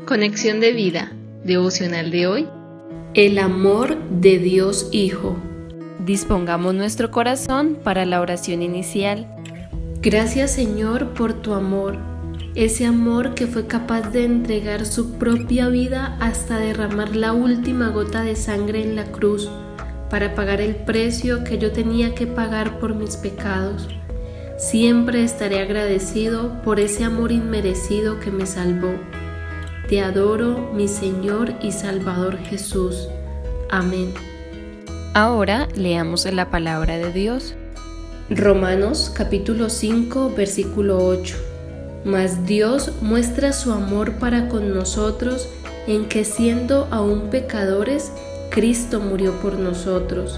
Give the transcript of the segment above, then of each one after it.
Conexión de vida, devocional de hoy. El amor de Dios Hijo. Dispongamos nuestro corazón para la oración inicial. Gracias, Señor, por tu amor, ese amor que fue capaz de entregar su propia vida hasta derramar la última gota de sangre en la cruz para pagar el precio que yo tenía que pagar por mis pecados. Siempre estaré agradecido por ese amor inmerecido que me salvó. Te adoro, mi Señor y Salvador Jesús. Amén. Ahora leamos la palabra de Dios. Romanos capítulo 5, versículo 8. Mas Dios muestra su amor para con nosotros en que siendo aún pecadores, Cristo murió por nosotros.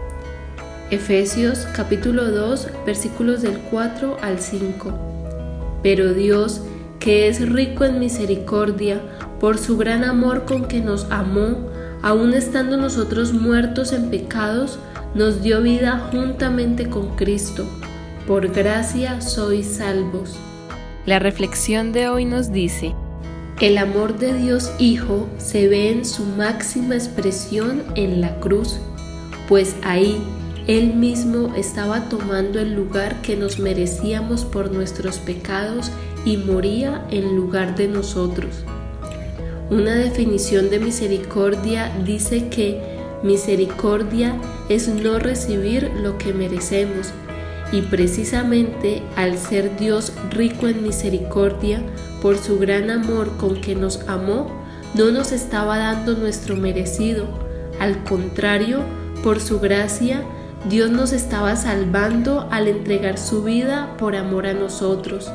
Efesios capítulo 2, versículos del 4 al 5. Pero Dios, que es rico en misericordia, por su gran amor con que nos amó, aun estando nosotros muertos en pecados, nos dio vida juntamente con Cristo. Por gracia sois salvos. La reflexión de hoy nos dice: el amor de Dios Hijo se ve en su máxima expresión en la cruz, pues ahí Él mismo estaba tomando el lugar que nos merecíamos por nuestros pecados y moría en lugar de nosotros. Una definición de misericordia dice que misericordia es no recibir lo que merecemos, y precisamente al ser Dios rico en misericordia, por su gran amor con que nos amó, no nos estaba dando nuestro merecido. Al contrario, por su gracia, Dios nos estaba salvando al entregar su vida por amor a nosotros.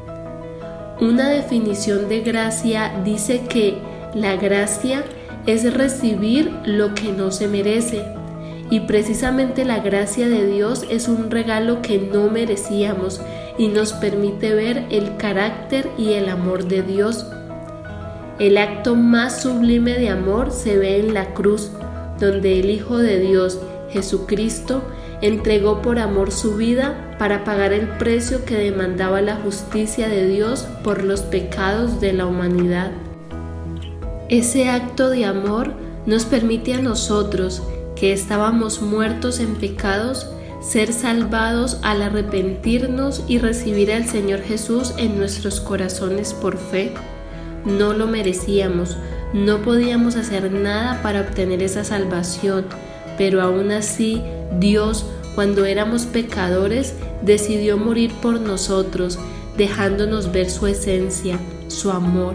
Una definición de gracia dice que la gracia es recibir lo que no se merece, y precisamente la gracia de Dios es un regalo que no merecíamos y nos permite ver el carácter y el amor de Dios. El acto más sublime de amor se ve en la cruz, donde el Hijo de Dios, Jesucristo, entregó por amor su vida para pagar el precio que demandaba la justicia de Dios por los pecados de la humanidad. Ese acto de amor nos permite a nosotros, que estábamos muertos en pecados, ser salvados al arrepentirnos y recibir al Señor Jesús en nuestros corazones por fe. No lo merecíamos, no podíamos hacer nada para obtener esa salvación, pero aún así Dios, cuando éramos pecadores, decidió morir por nosotros, dejándonos ver su esencia, su amor.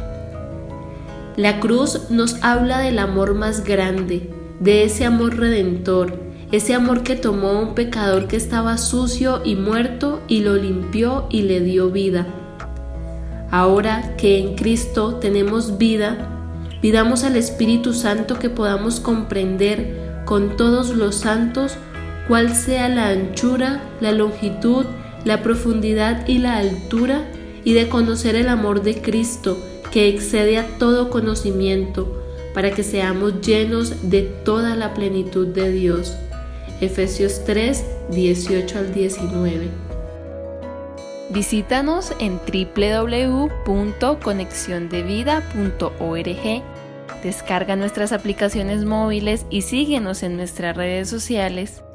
La cruz nos habla del amor más grande, de ese amor redentor, ese amor que tomó a un pecador que estaba sucio y muerto y lo limpió y le dio vida. Ahora que en Cristo tenemos vida, pidamos al Espíritu Santo que podamos comprender con todos los santos cuál sea la anchura, la longitud, la profundidad y la altura, y de conocer el amor de Cristo que excede a todo conocimiento, para que seamos llenos de toda la plenitud de Dios. Efesios 3, 18 al 19. Visítanos en www.conexiondevida.org. Descarga nuestras aplicaciones móviles y síguenos en nuestras redes sociales.